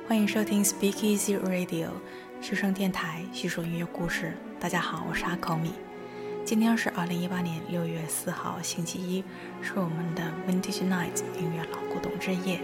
欢迎收听 Speakeasy Radio 之声电台，叙说音乐故事。大家好，我是阿口米。今天是2018年6月4号星期一，是我们的 Vintage Night 音乐老古董之夜。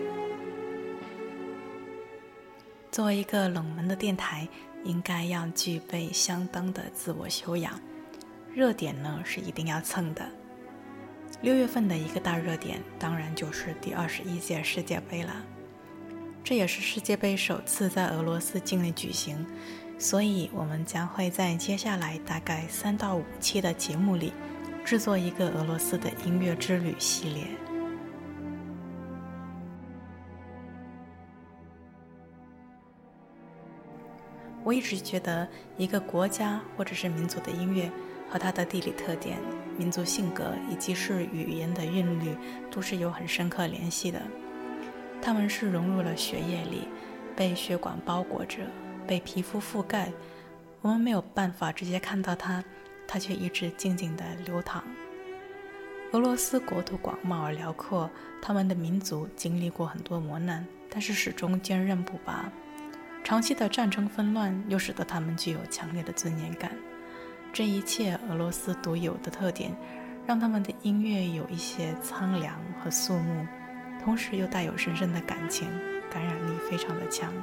作为一个冷门的电台，应该要具备相当的自我修养。热点呢是一定要蹭的。6月份的一个大热点，当然就是第21届世界杯了。这也是世界杯首次在俄罗斯境内举行，所以我们将会在接下来大概3到5期的节目里，制作一个俄罗斯的音乐之旅系列。我一直觉得一个国家或者是民族的音乐和它的地理特点、民族性格以及是语言的韵律都是有很深刻联系的。它们是融入了血液里，被血管包裹着，被皮肤覆盖，我们没有办法直接看到它，它却一直静静地流淌。俄罗斯国土广袤而辽阔，他们的民族经历过很多磨难，但是始终坚韧不拔。长期的战争纷乱又使得他们具有强烈的尊严感。这一切俄罗斯独有的特点，让他们的音乐有一些苍凉和肃穆，同时又带有深深的感情，感染力非常的强。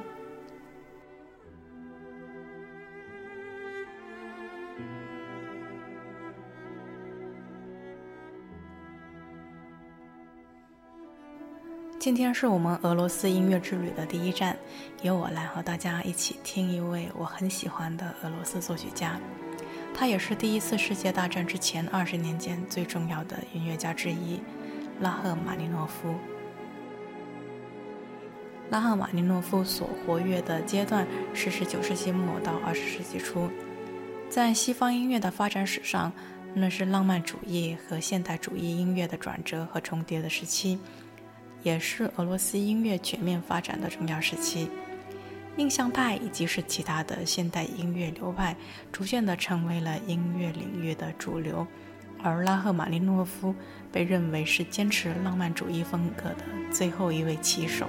今天是我们俄罗斯音乐之旅的第一站，由我来和大家一起听一位我很喜欢的俄罗斯作曲家，他也是第一次世界大战之前20年间最重要的音乐家之一，拉赫玛尼诺夫。拉赫玛尼诺夫所活跃的阶段是19世纪末到20世纪初，在西方音乐的发展史上，那是浪漫主义和现代主义音乐的转折和重叠的时期，也是俄罗斯音乐全面发展的重要时期。印象派以及是其他的现代音乐流派逐渐地成为了音乐领域的主流，而拉赫玛尼诺夫被认为是坚持浪漫主义风格的最后一位旗手。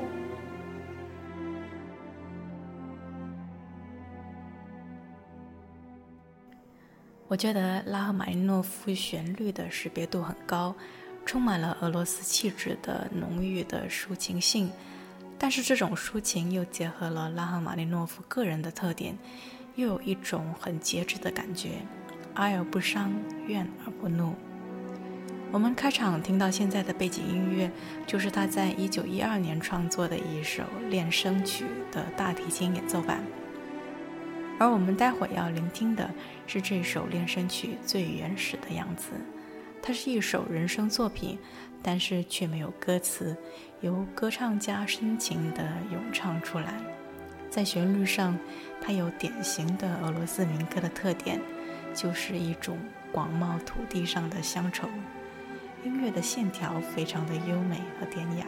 我觉得拉赫玛尼诺夫旋律的识别度很高，充满了俄罗斯气质的浓郁的抒情性，但是这种抒情又结合了拉赫玛尼诺夫个人的特点，又有一种很节制的感觉，哀而不伤，怨而不怒。我们开场听到现在的背景音乐，就是他在1912年创作的一首恋声曲的大提琴演奏版，而我们待会要聆听的是这首恋声曲最原始的样子。它是一首人声作品，但是却没有歌词，由歌唱家深情地咏唱出来。在旋律上，它有典型的俄罗斯民歌的特点，就是一种广袤土地上的乡愁。音乐的线条非常的优美和典雅。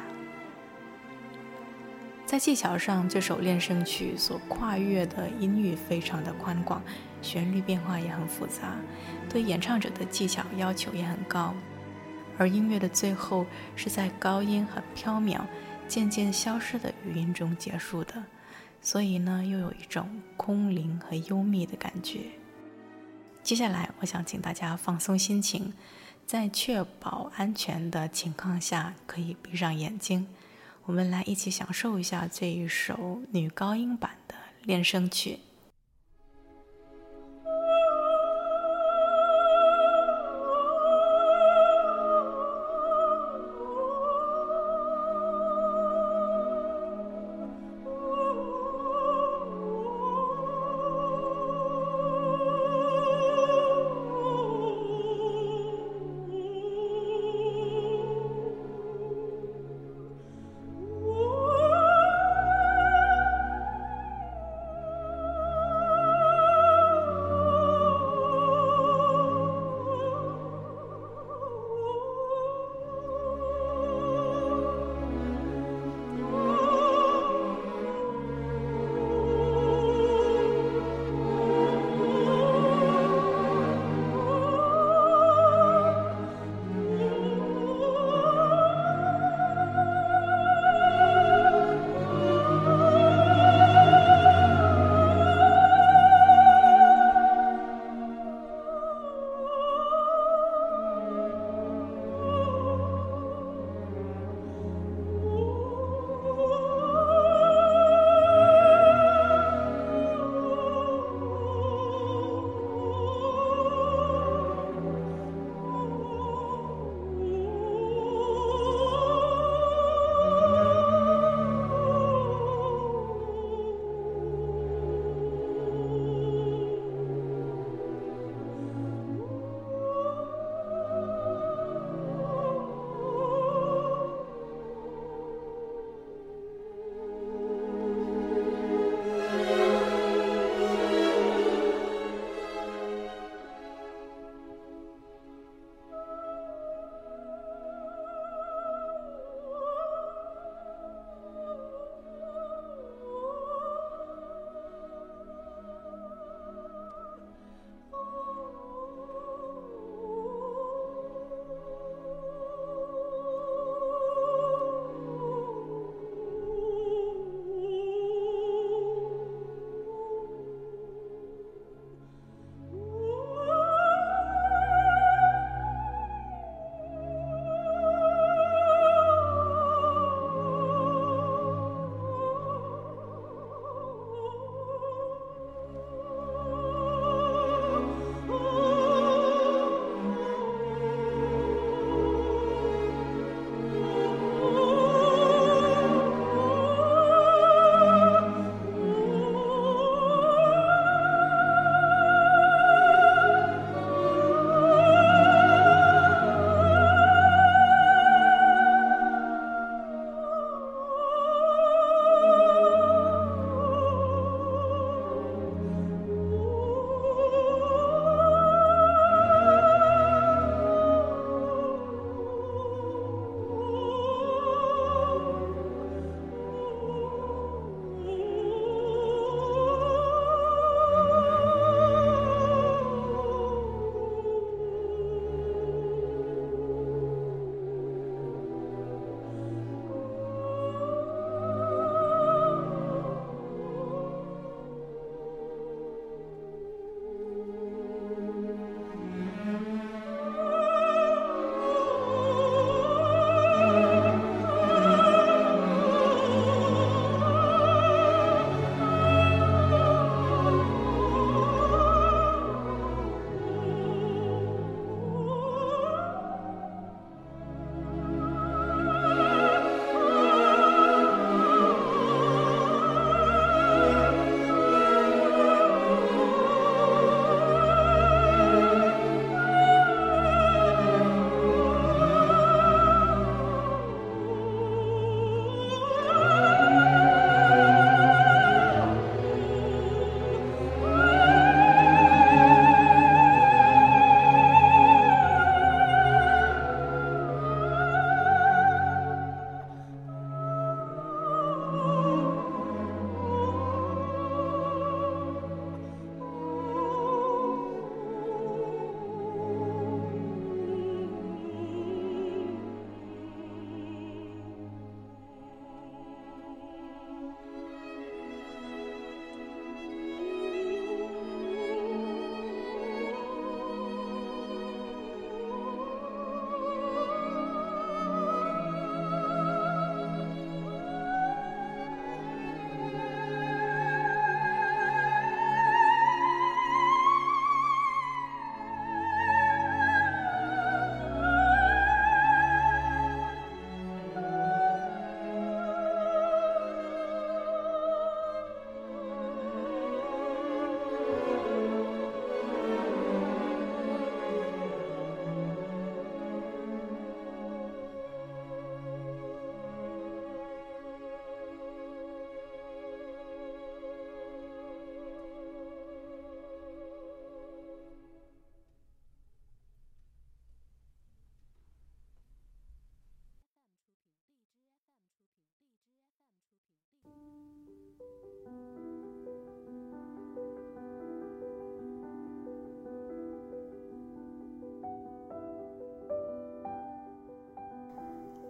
在技巧上，这首恋声曲所跨越的音域非常的宽广，旋律变化也很复杂，对演唱者的技巧要求也很高。而音乐的最后是在高音很飘渺、渐渐消失的余音中结束的，所以呢，又有一种空灵和幽密的感觉。接下来，我想请大家放松心情，在确保安全的情况下，可以闭上眼睛。我们来一起享受一下这一首女高音版的恋声曲。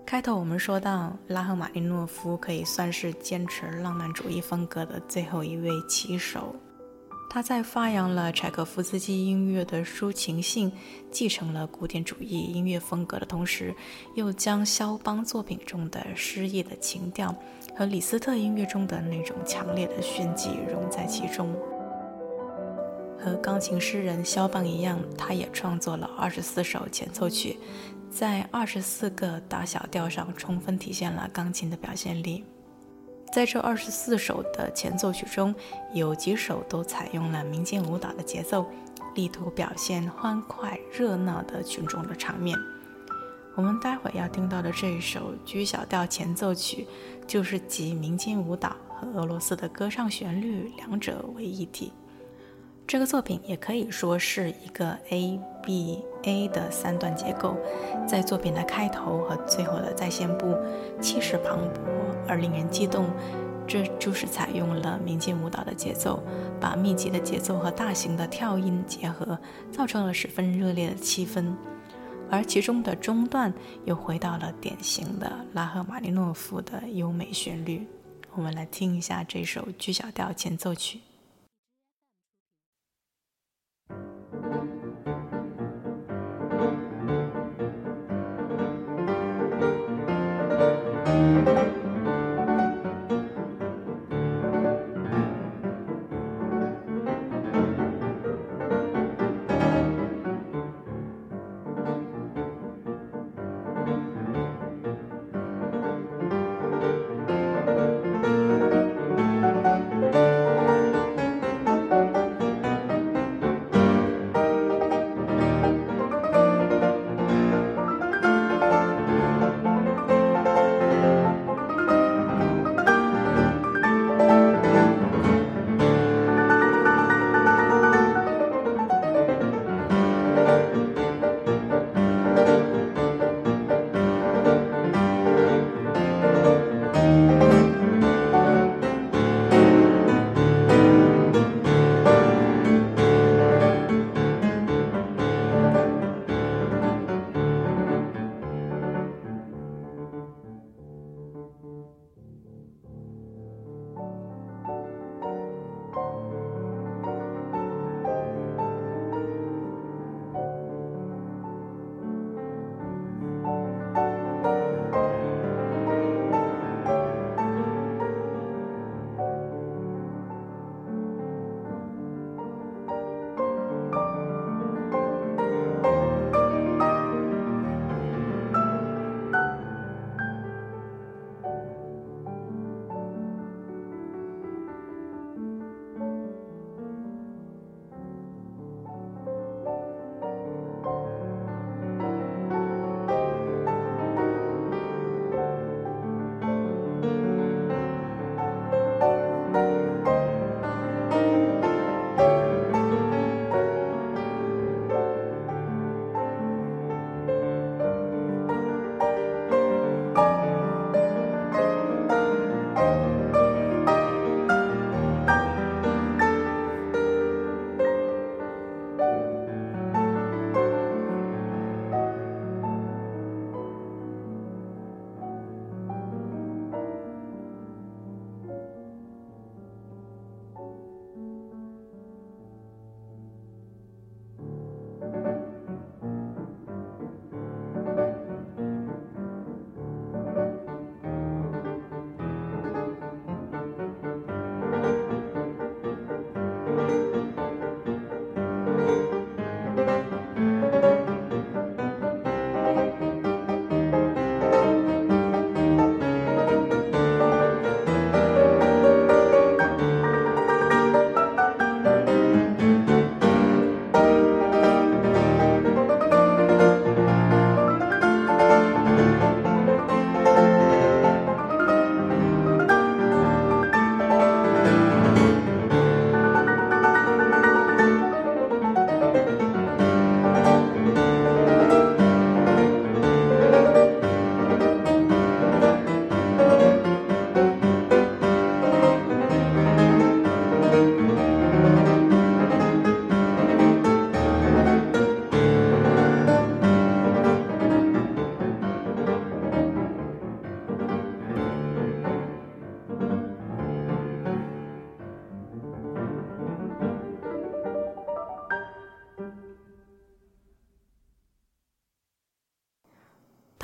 开头我们说到，拉赫玛尼诺夫可以算是坚持浪漫主义风格的最后一位棋手。他在发扬了柴可夫斯基音乐的抒情性，继承了古典主义音乐风格的同时，又将肖邦作品中的诗意的情调和李斯特音乐中的那种强烈的炫技融在其中。和钢琴诗人肖邦一样，他也创作了24首前奏曲，在24个大小调上充分体现了钢琴的表现力。在这24首的前奏曲中，有几首都采用了民间舞蹈的节奏，力图表现欢快热闹的群众的场面。我们待会要听到的这一首G小调前奏曲，就是集民间舞蹈和俄罗斯的歌唱旋律两者为一体。这个作品也可以说是一个 A-B-A 的3段结构，在作品的开头和最后的再现部气势磅礴而令人激动，这就是采用了民间舞蹈的节奏，把密集的节奏和大型的跳音结合，造成了十分热烈的气氛。而其中的中段又回到了典型的拉赫玛尼诺夫的优美旋律。我们来听一下这首G小调前奏曲。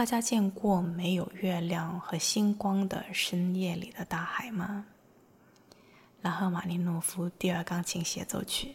大家见过没有月亮和星光的深夜里的大海吗？拉赫玛尼诺夫第二钢琴协奏曲。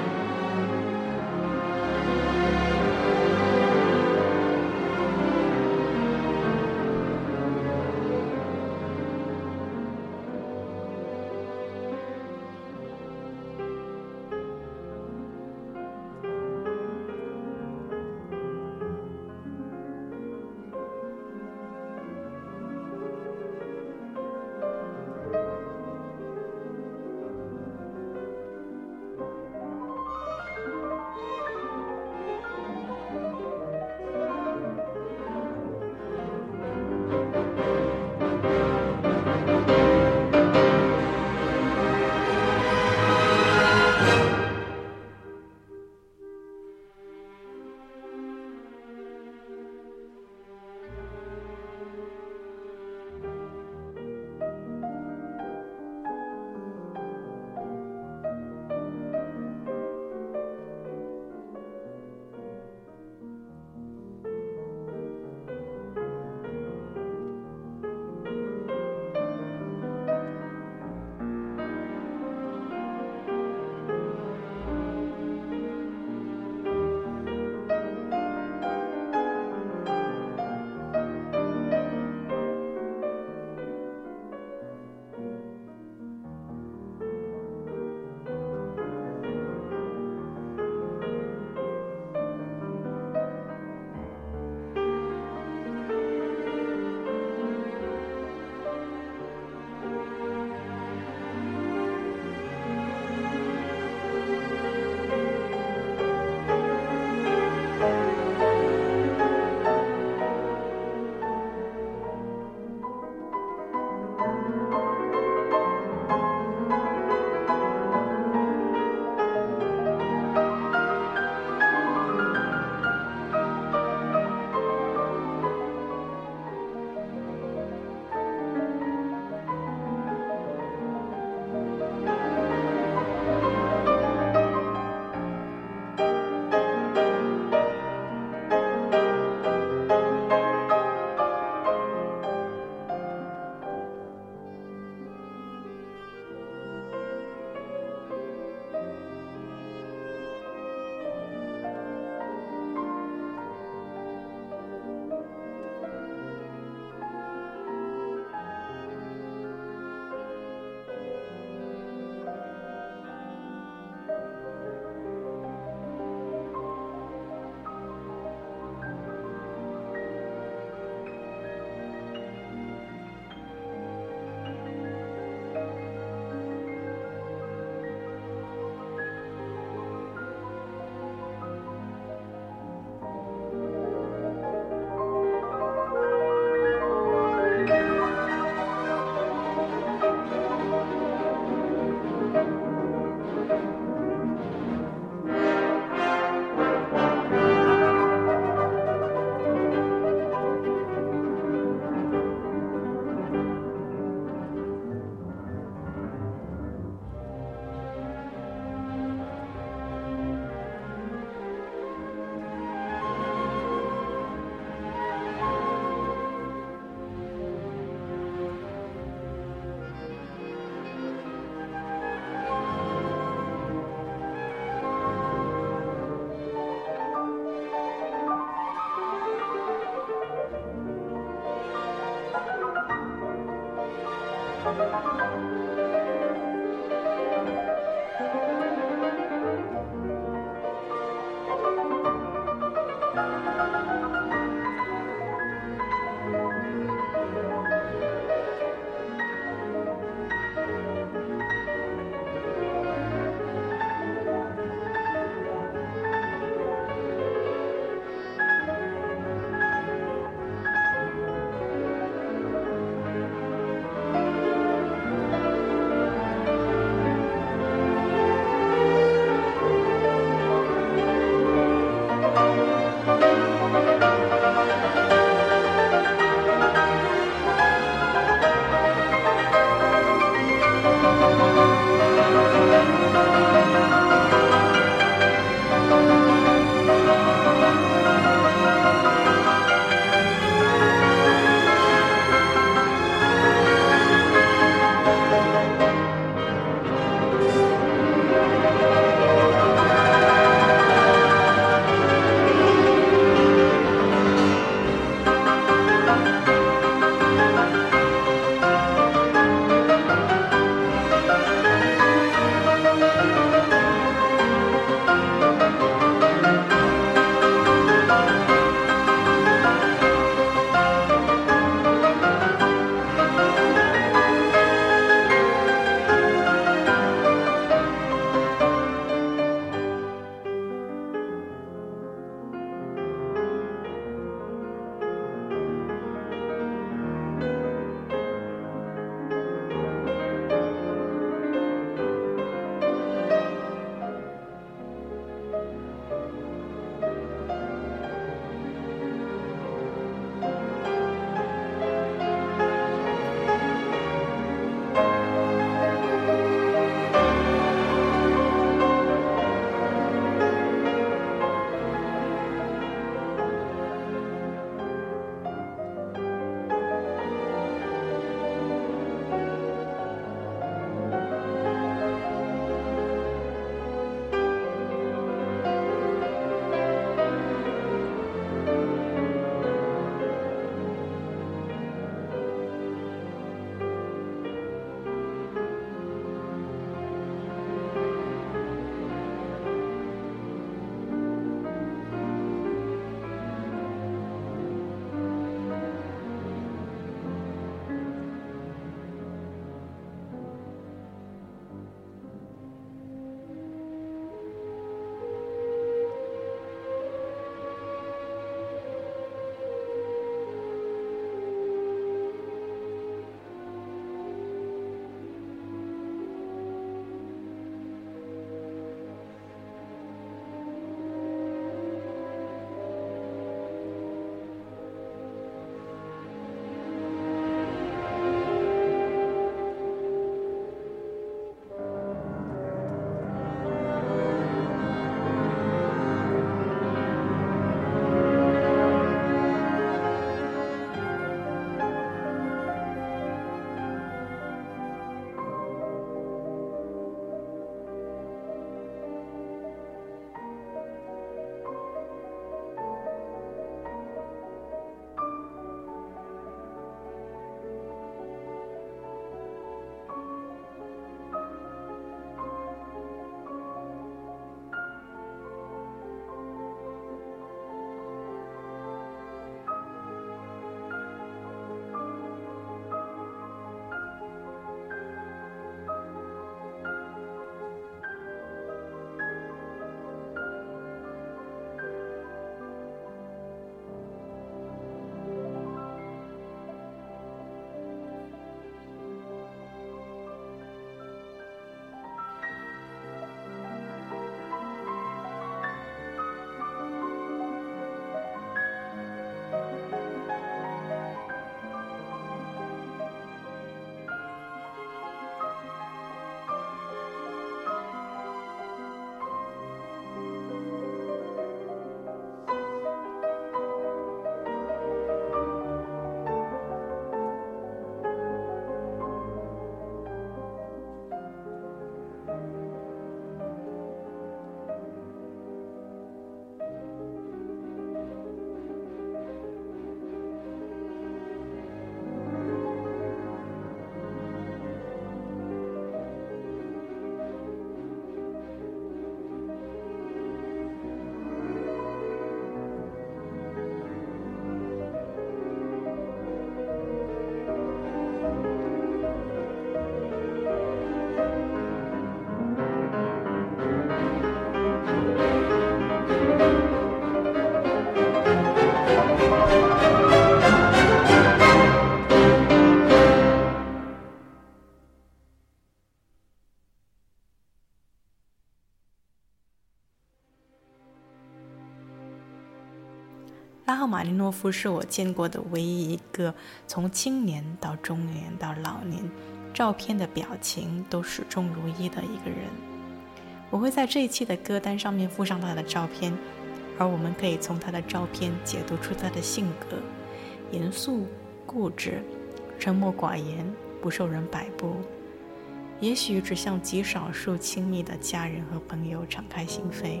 拉赫玛尼诺夫是我见过的唯一一个从青年到中年到老年，照片的表情都始终如一的一个人。我会在这一期的歌单上面附上他的照片，而我们可以从他的照片解读出他的性格：严肃、固执、沉默寡言，不受人摆布，也许只向极少数亲密的家人和朋友敞开心扉。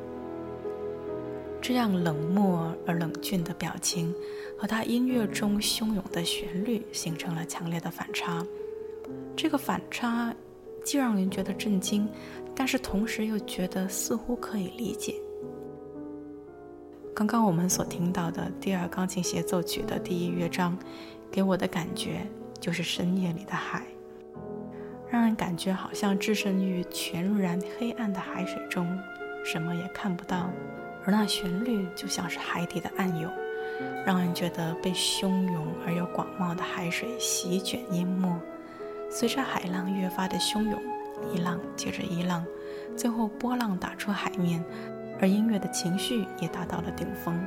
这样冷漠而冷峻的表情和他音乐中汹涌的旋律形成了强烈的反差。这个反差既让人觉得震惊，但是同时又觉得似乎可以理解。刚刚我们所听到的第二钢琴协奏曲的第一乐章，给我的感觉就是深夜里的海，让人感觉好像置身于全然黑暗的海水中，什么也看不到。而那旋律就像是海底的暗涌，让人觉得被汹涌而又广袤的海水席卷淹没。随着海浪越发的汹涌，一浪接着一浪，最后波浪打出海面，而音乐的情绪也达到了顶峰。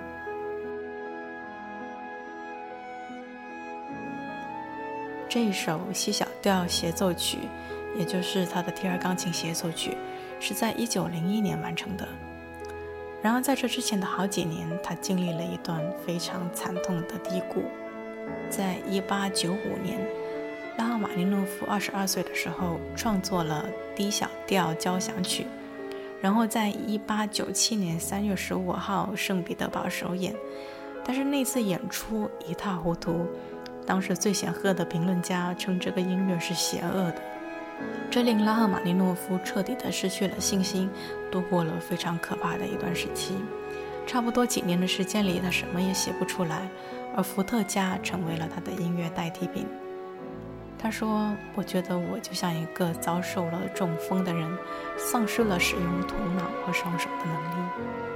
这一首西小调协奏曲，也就是他的第二钢琴协奏曲，是在1901年完成的。然而在这之前的好几年，他经历了一段非常惨痛的低谷。在1895年，拉赫玛尼诺夫22岁的时候创作了 D 小调交响曲，然后在1897年3月15号圣彼得堡首演，但是那次演出一塌糊涂，当时最显赫的评论家称这个音乐是邪恶的，这令拉赫玛尼诺夫彻底的失去了信心，度过了非常可怕的一段时期。差不多几年的时间里，他什么也写不出来，而伏特加成为了他的音乐代替品。他说，我觉得我就像一个遭受了中风的人，丧失了使用头脑和双手的能力。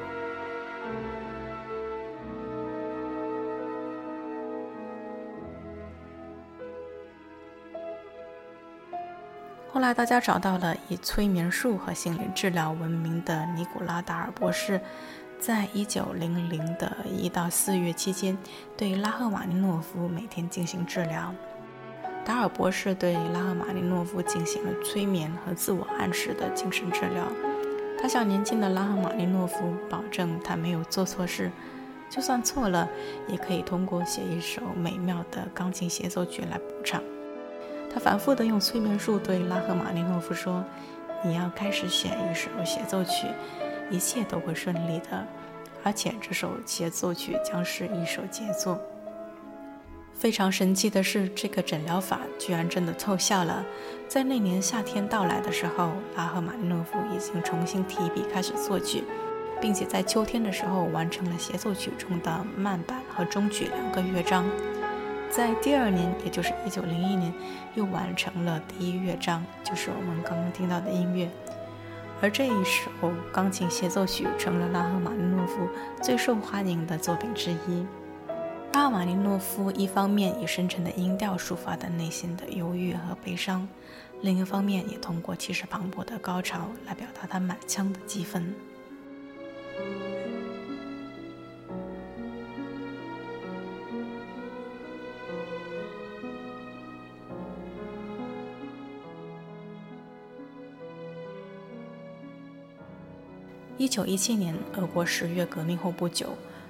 后来大家找到了以催眠术和心理治疗闻名的尼古拉·达尔博士，在1900的1到4月期间，对拉赫玛尼诺夫每天进行治疗。达尔博士对拉赫玛尼诺夫进行了催眠和自我暗示的精神治疗。他向年轻的拉赫玛尼诺夫保证，他没有做错事，就算错了，也可以通过写一首美妙的钢琴协奏曲来补偿。他反复地用催眠术对拉赫玛尼诺夫说，你要开始写一首协奏曲，一切都会顺利的，而且这首协奏曲将是一首杰作。非常神奇的是，这个诊疗法居然真的奏效了。在那年夏天到来的时候，拉赫玛尼诺夫已经重新提笔开始作曲，并且在秋天的时候完成了协奏曲中的慢板和中曲2个乐章。在第二年，也就是1901年，又完成了第1乐章，就是我们刚刚听到的音乐。而这一首钢琴协奏曲成了拉赫玛尼诺夫最受欢迎的作品之一。拉赫玛尼诺夫一方面以深沉的音调抒发的内心的忧郁和悲伤，另一方面也通过气势磅礴的高潮来表达他满腔的激愤。1917年，俄国10月革命后不久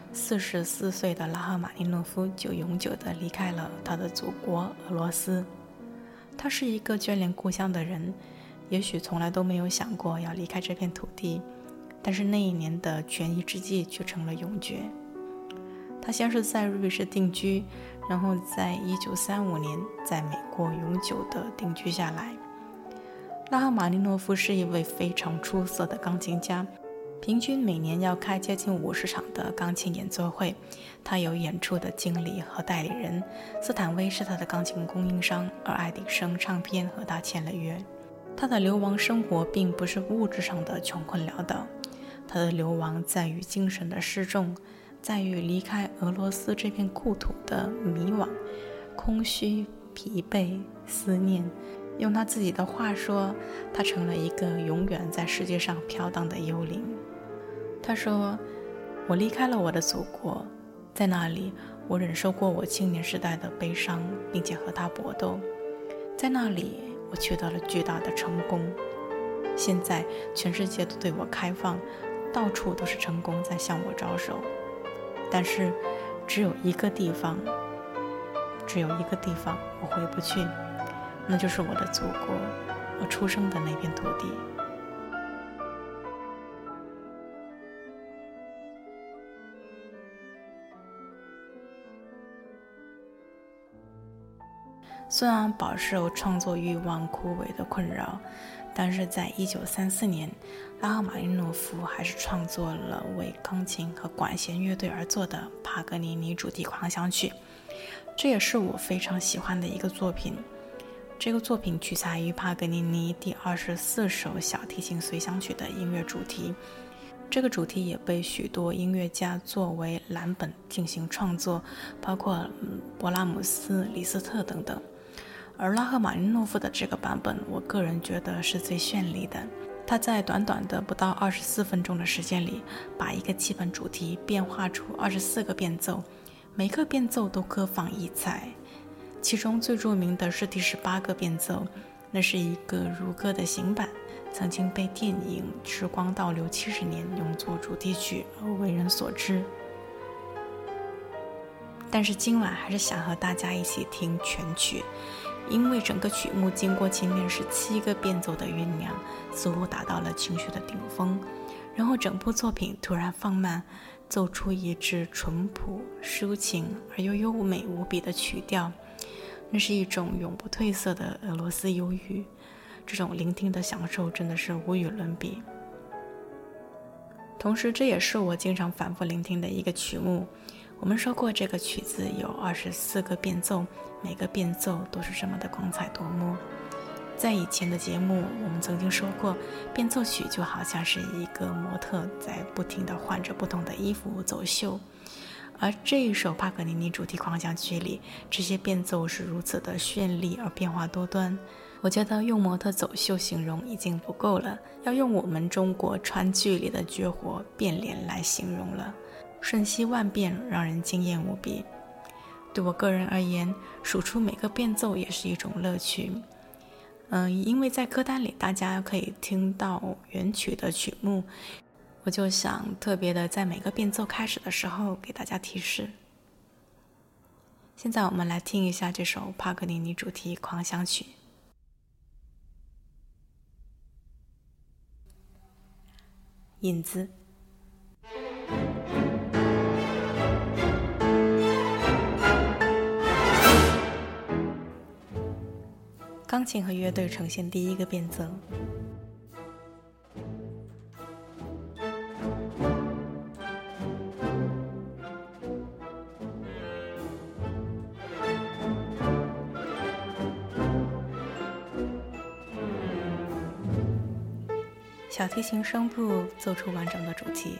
，44岁的拉赫玛尼诺夫就永久地离开了他的祖国俄罗斯。他是一个眷恋故乡的人，也许从来都没有想过要离开这片土地，但是那一年的权宜之计却成了永诀。他先是在瑞士定居，然后在1935年在美国永久地定居下来。拉赫玛尼诺夫是一位非常出色的钢琴家，平均每年要开接近50场的钢琴演奏会。他有演出的经理和代理人，斯坦威是他的钢琴供应商，而爱迪生唱片和他签了约。他的流亡生活并不是物质上的穷困潦倒，他的流亡在于精神的失重，在于离开俄罗斯这片故土的迷惘、空虚、疲惫、思念。用他自己的话说，他成了一个永远在世界上飘荡的幽灵。他说，我离开了我的祖国， 在那里，我忍受过我青年时代的悲伤，并且和它搏斗。在那里，我取得了巨大的成功。现在，全世界都对我开放，到处都是成功在向我招手。但是，只有一个地方我回不去，那就是我的祖国，我出生的那片土地。虽然饱受创作欲望枯萎的困扰，但是在1934年，拉赫玛尼诺夫还是创作了为钢琴和管弦乐队而作的帕格尼尼主题狂想曲，这也是我非常喜欢的一个作品。这个作品取材于帕格尼尼第24首小提琴随想曲的音乐主题，这个主题也被许多音乐家作为蓝本进行创作，包括勃拉姆斯、李斯特等等。而拉赫玛尼诺夫的这个版本，我个人觉得是最绚丽的。他在短短的不到24分钟的时间里，把一个基本主题变化出24个变奏，每个变奏都各放异彩。其中最著名的是第18个变奏，那是一个如歌的行板，曾经被电影《时光倒流70年》用作主题曲而为人所知。但是今晚还是想和大家一起听全曲，因为整个曲目经过前面17个变奏的酝酿，似乎达到了情绪的顶峰，然后整部作品突然放慢，奏出一支淳朴、抒情而又优美无比的曲调。那是一种永不褪色的俄罗斯忧郁，这种聆听的享受真的是无与伦比。同时，这也是我经常反复聆听的一个曲目。我们说过，这个曲子有24个变奏，每个变奏都是这么的光彩夺目。在以前的节目，我们曾经说过，变奏曲就好像是一个模特在不停地换着不同的衣服走秀，而这一首帕格尼尼主题狂想曲里，这些变奏是如此的绚丽而变化多端。我觉得用模特走秀形容已经不够了，要用我们中国川剧里的绝活变脸来形容了。瞬息万变，让人惊艳无比。对我个人而言，数出每个变奏也是一种乐趣。因为在歌单里大家可以听到原曲的曲目，我就想特别的在每个变奏开始的时候给大家提示。现在我们来听一下这首帕格尼尼主题狂想曲。引子。钢琴和乐队呈现第一个变奏，小提琴声部奏出完整的主题。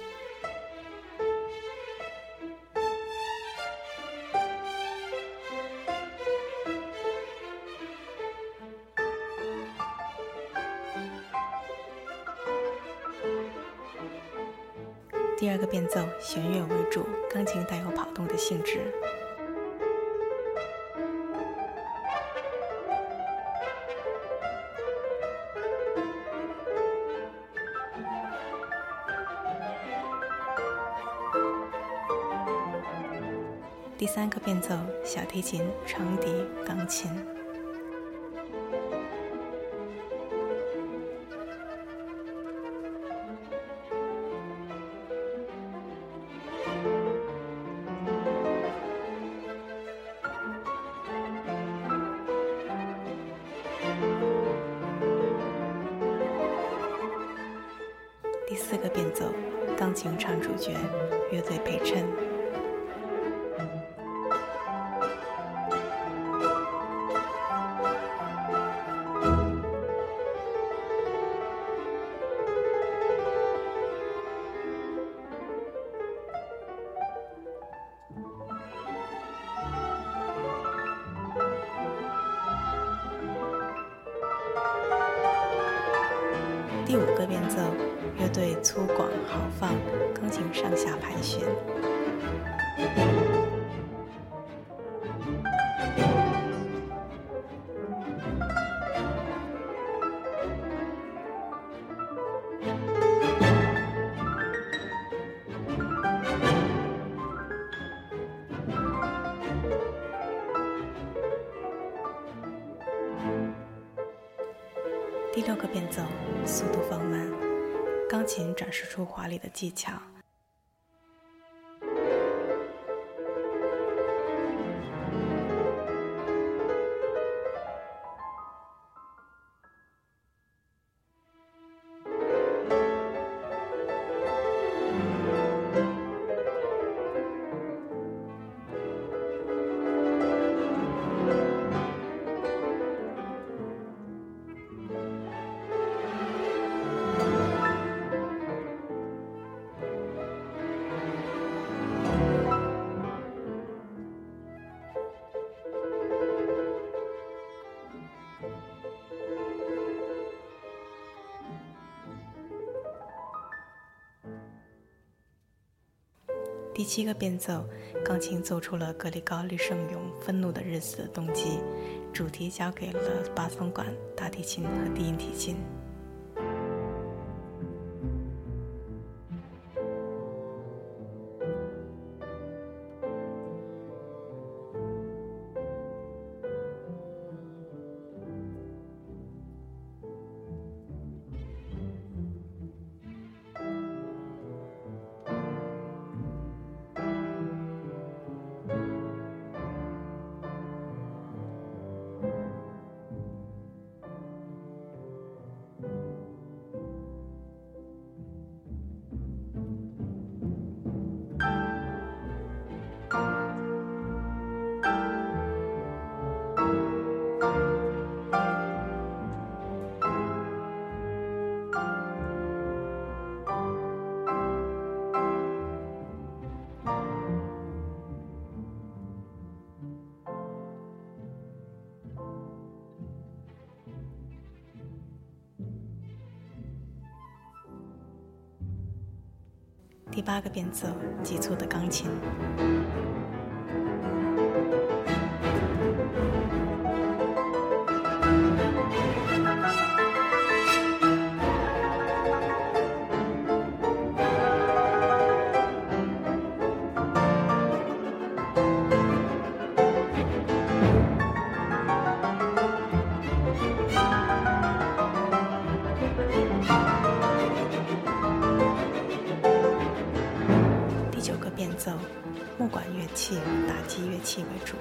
第二个变奏，弦乐为主，钢琴带有跑动的性质。第三个变奏，小提琴、长笛、钢琴。第四个变奏，钢琴唱主角，乐队陪衬。第五个变奏，乐队粗犷豪放，钢琴上下盘旋。 第6个变奏，速度放慢，钢琴展示出华丽的技巧。第7个变奏，钢琴奏出了格里高利圣咏《愤怒的日子》的动机，主题交给了巴松管、大提琴和低音提琴。第8个变奏，急促的钢琴。木管乐器、打击乐器为主。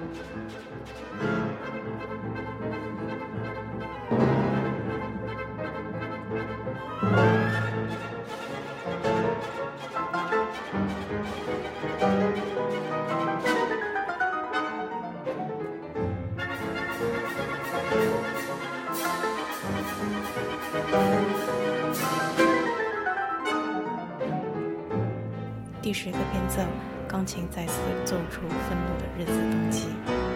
第10个变奏，钢琴再次奏出愤怒的日子动机。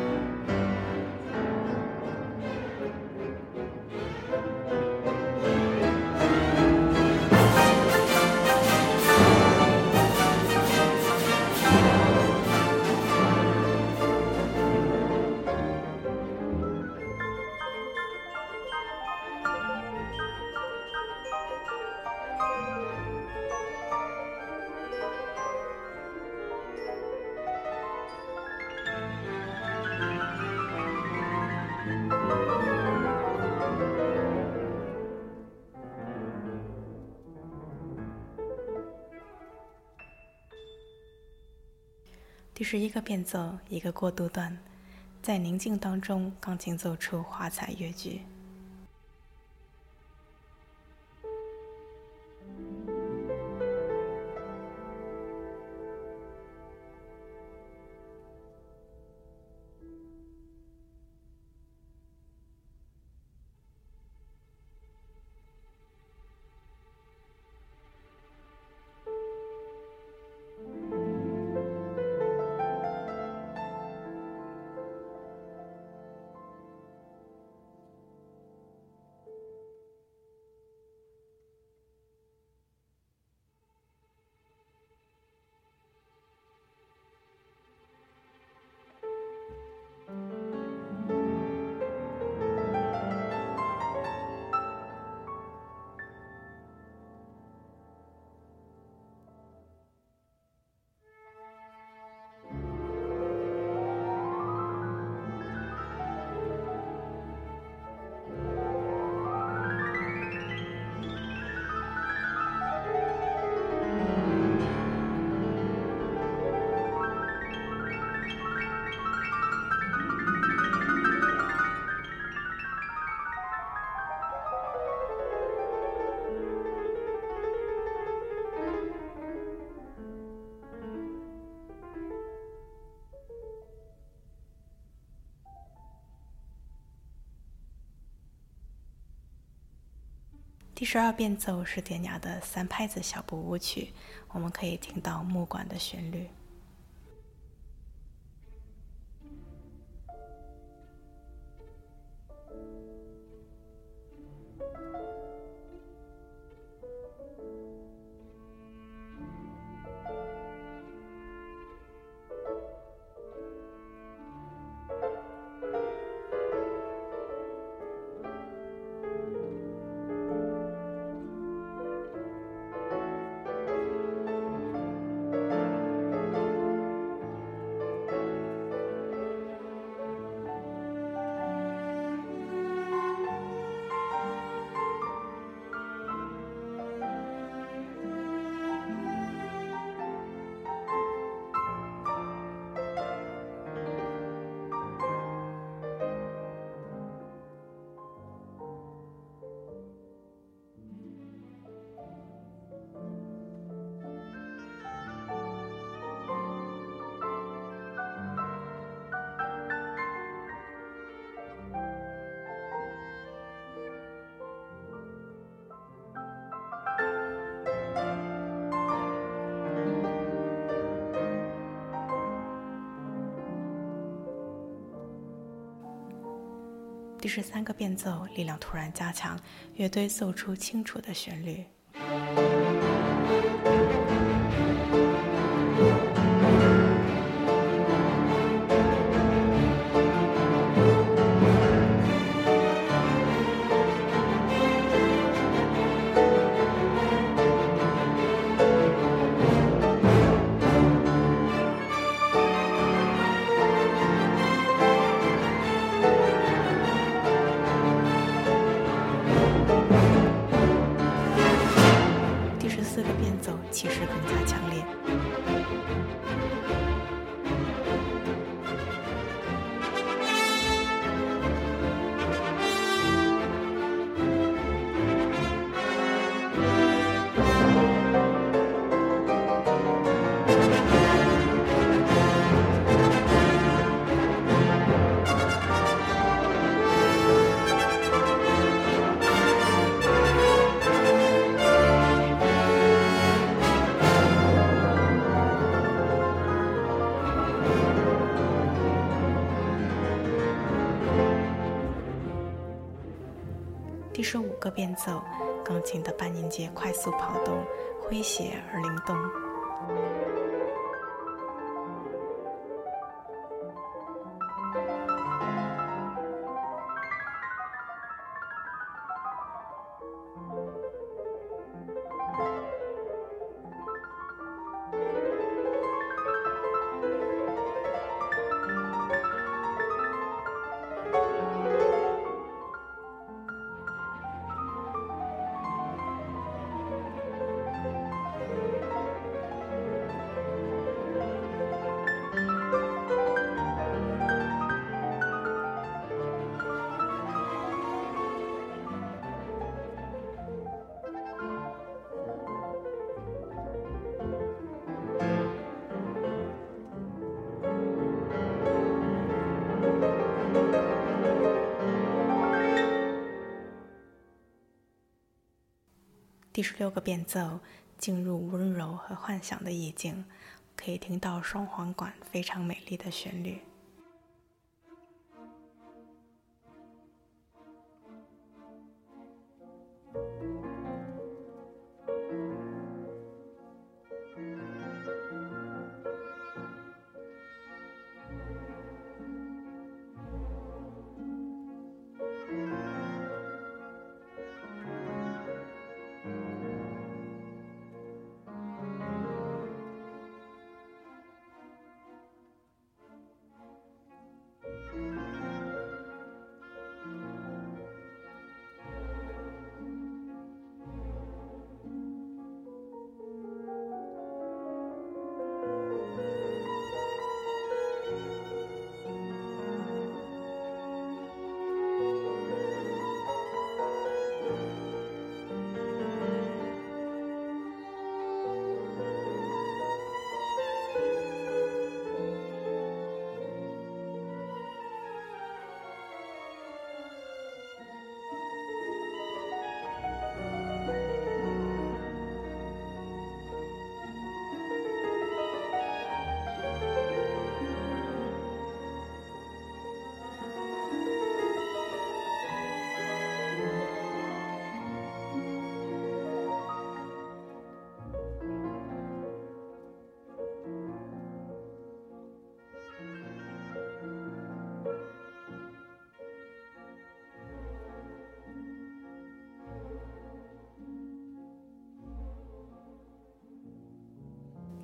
第11个变奏，一个过渡段，在宁静当中，钢琴奏出华彩乐句。 第12变奏是典雅的3拍子小步舞曲，我们可以听到木管的旋律。第13个变奏力量突然加强，乐队奏出清楚的旋律。气势更加强烈。第15个变奏，钢琴的半音阶快速跑动，诙谐而灵动。第16个变奏进入温柔和幻想的意境，可以听到双簧管非常美丽的旋律。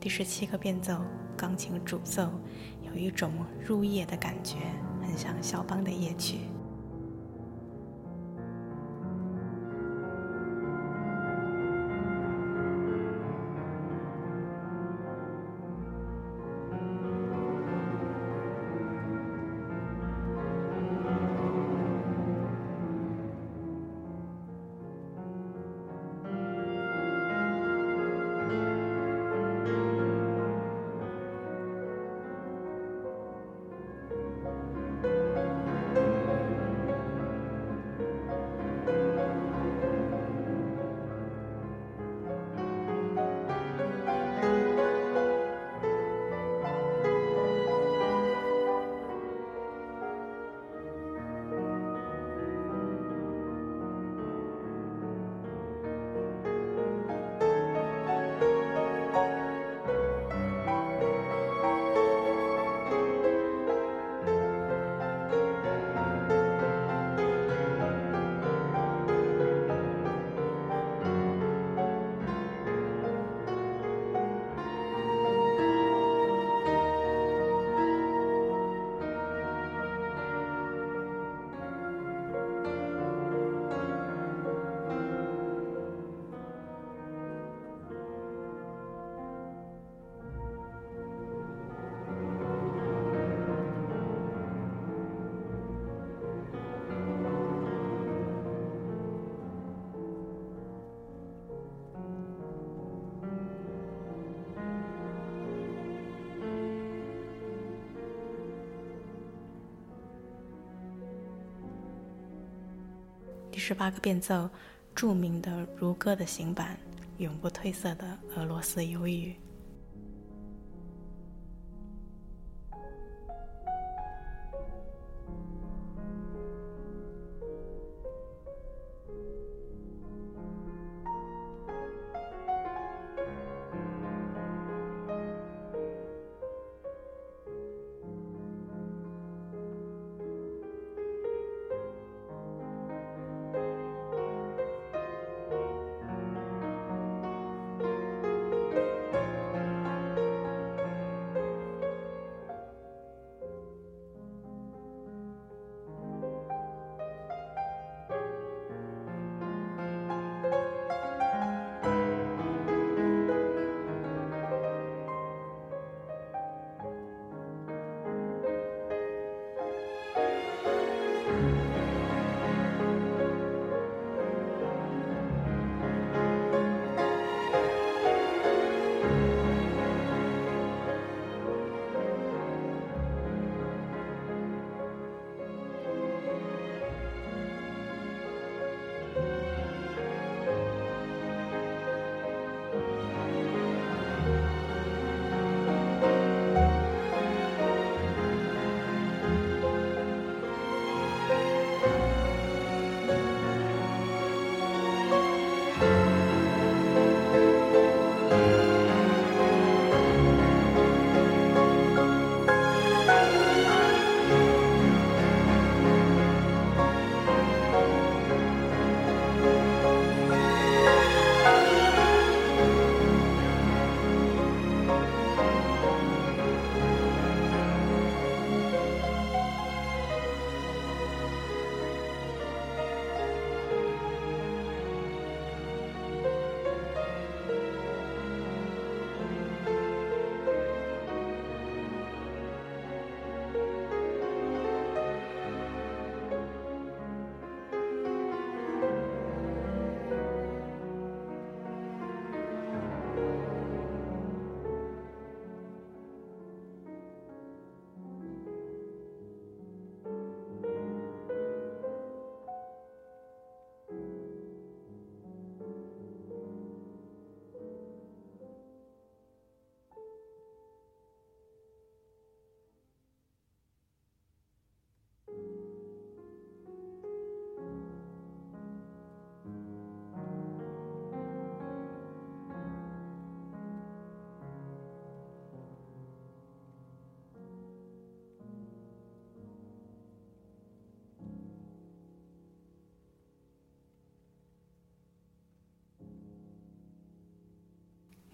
第17个变奏，钢琴主奏，有一种入夜的感觉，很像肖邦的夜曲。第18个变奏，著名的如歌的行板，永不褪色的俄罗斯忧郁。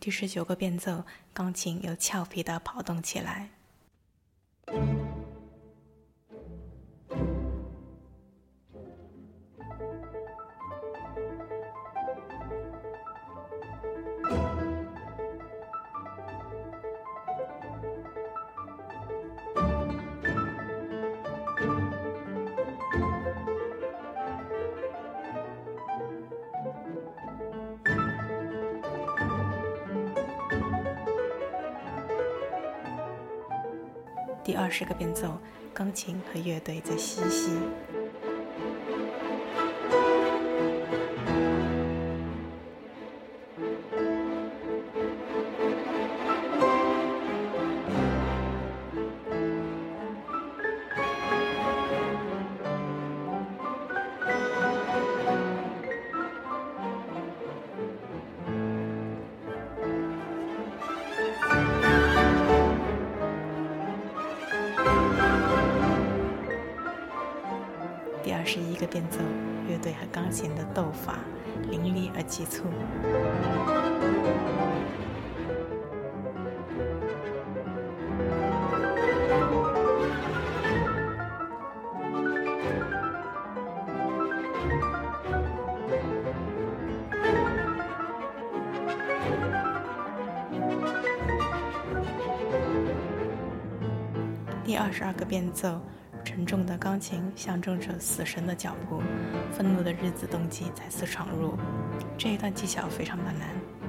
第19个变奏，钢琴又俏皮地跑动起来。第20个变奏，钢琴和乐队在嬉戏。第21个变奏，乐队和钢琴的斗法凌厉而急促。第22个变奏，沉重的钢琴象征着死神的脚步，愤怒的日子动机再次闯入。这一段技巧非常的难。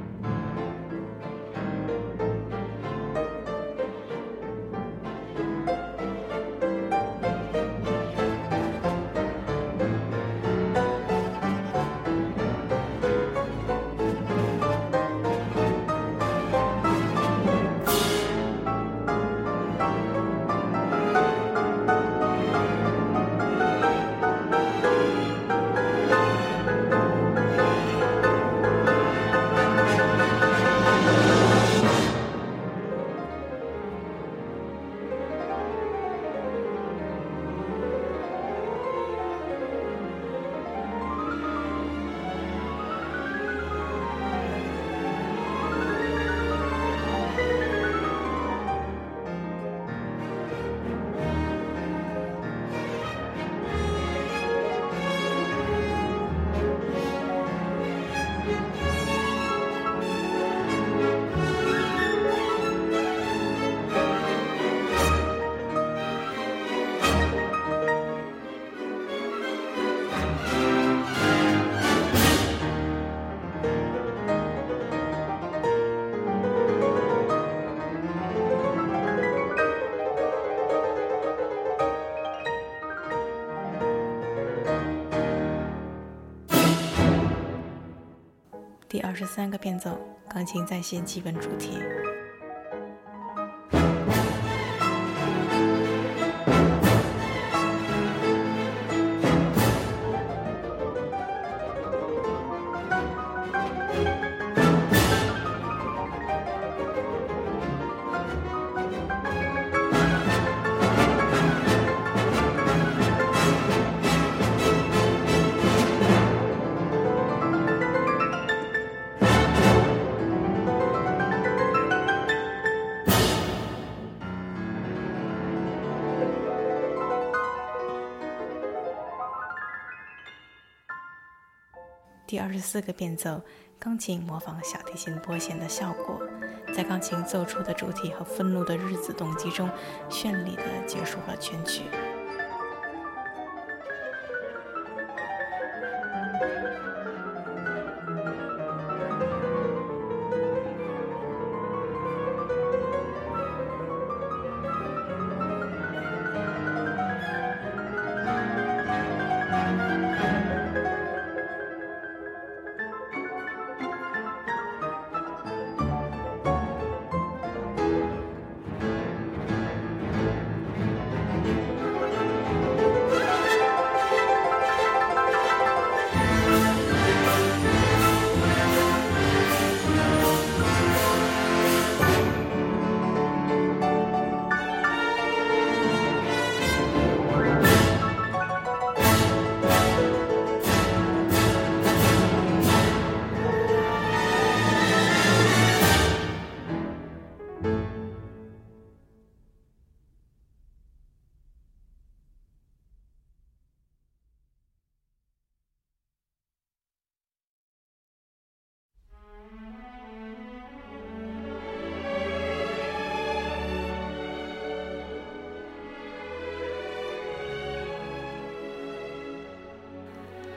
第23个变奏，钢琴再现基本主题。第24个变奏，钢琴模仿小提琴拨弦的效果，在钢琴奏出的主题和愤怒的日子动机中，绚丽地结束了全曲。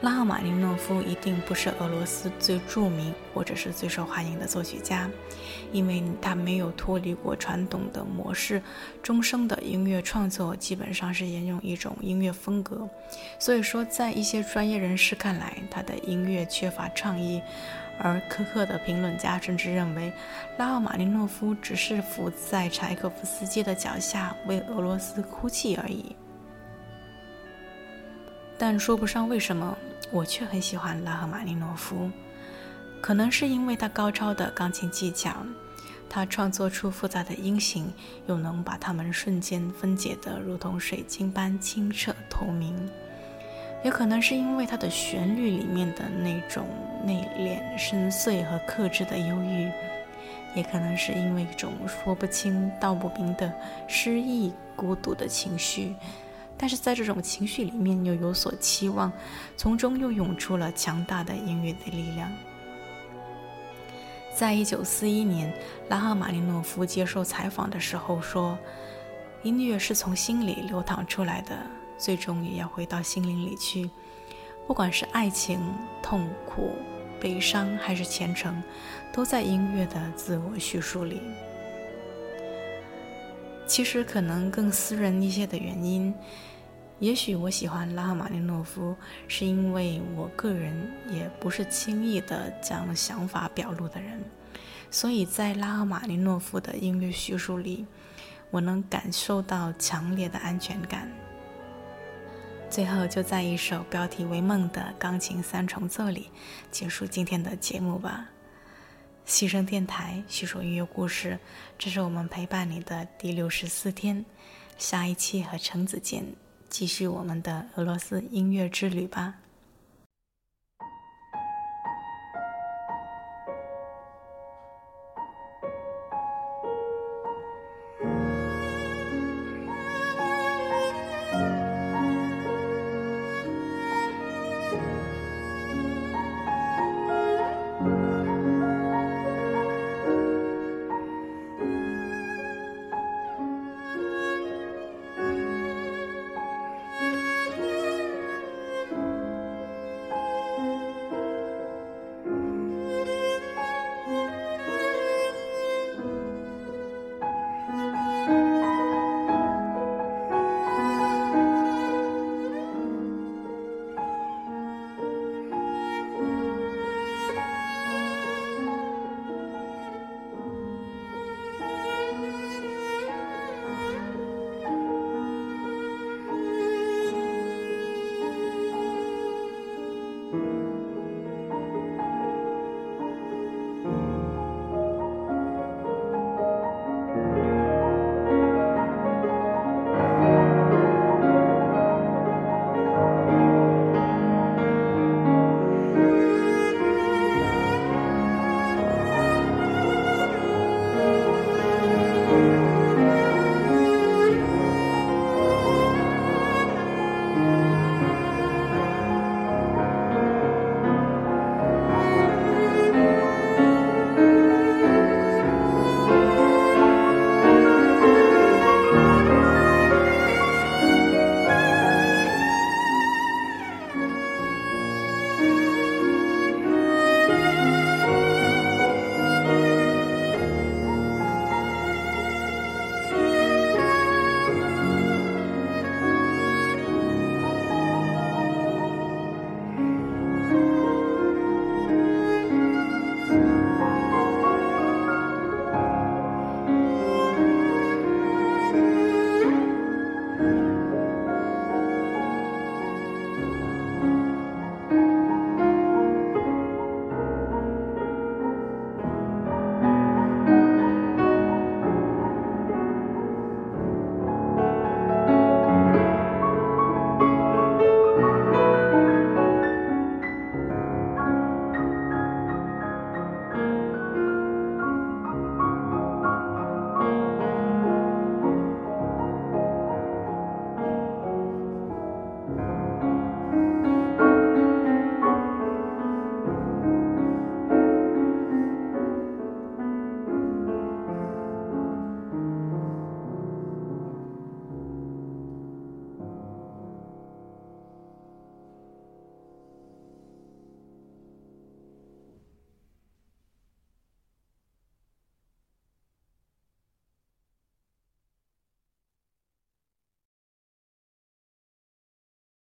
拉赫玛尼诺夫一定不是俄罗斯最著名或者是最受欢迎的作曲家，因为他没有脱离过传统的模式，终生的音乐创作基本上是沿用一种音乐风格，所以说在一些专业人士看来，他的音乐缺乏创意，而苛刻的评论家甚至认为拉赫玛尼诺夫只是伏在柴可夫斯基的脚下为俄罗斯哭泣而已。但说不上为什么，我却很喜欢拉赫玛尼诺夫。可能是因为他高超的钢琴技巧，他创作出复杂的音型，又能把它们瞬间分解得如同水晶般清澈透明。也可能是因为他的旋律里面的那种内敛、深邃和克制的忧郁，也可能是因为一种说不清道不明的失意、孤独的情绪。但是在这种情绪里面又有所期望，从中又涌出了强大的音乐的力量。在1941年，拉赫玛尼诺夫接受采访的时候说，音乐是从心里流淌出来的，最终也要回到心灵里去，不管是爱情、痛苦、悲伤还是虔诚，都在音乐的自我叙述里。其实可能更私人一些的原因，也许我喜欢拉赫玛尼诺夫是因为我个人也不是轻易的将想法表露的人，所以在拉赫玛尼诺夫的音乐叙述里，我能感受到强烈的安全感。最后就在一首标题为梦的钢琴三重奏里结束今天的节目吧。牺牲电台叙说音乐故事，这是我们陪伴你的第64天，下一期和橙子见，继续我们的俄罗斯音乐之旅吧。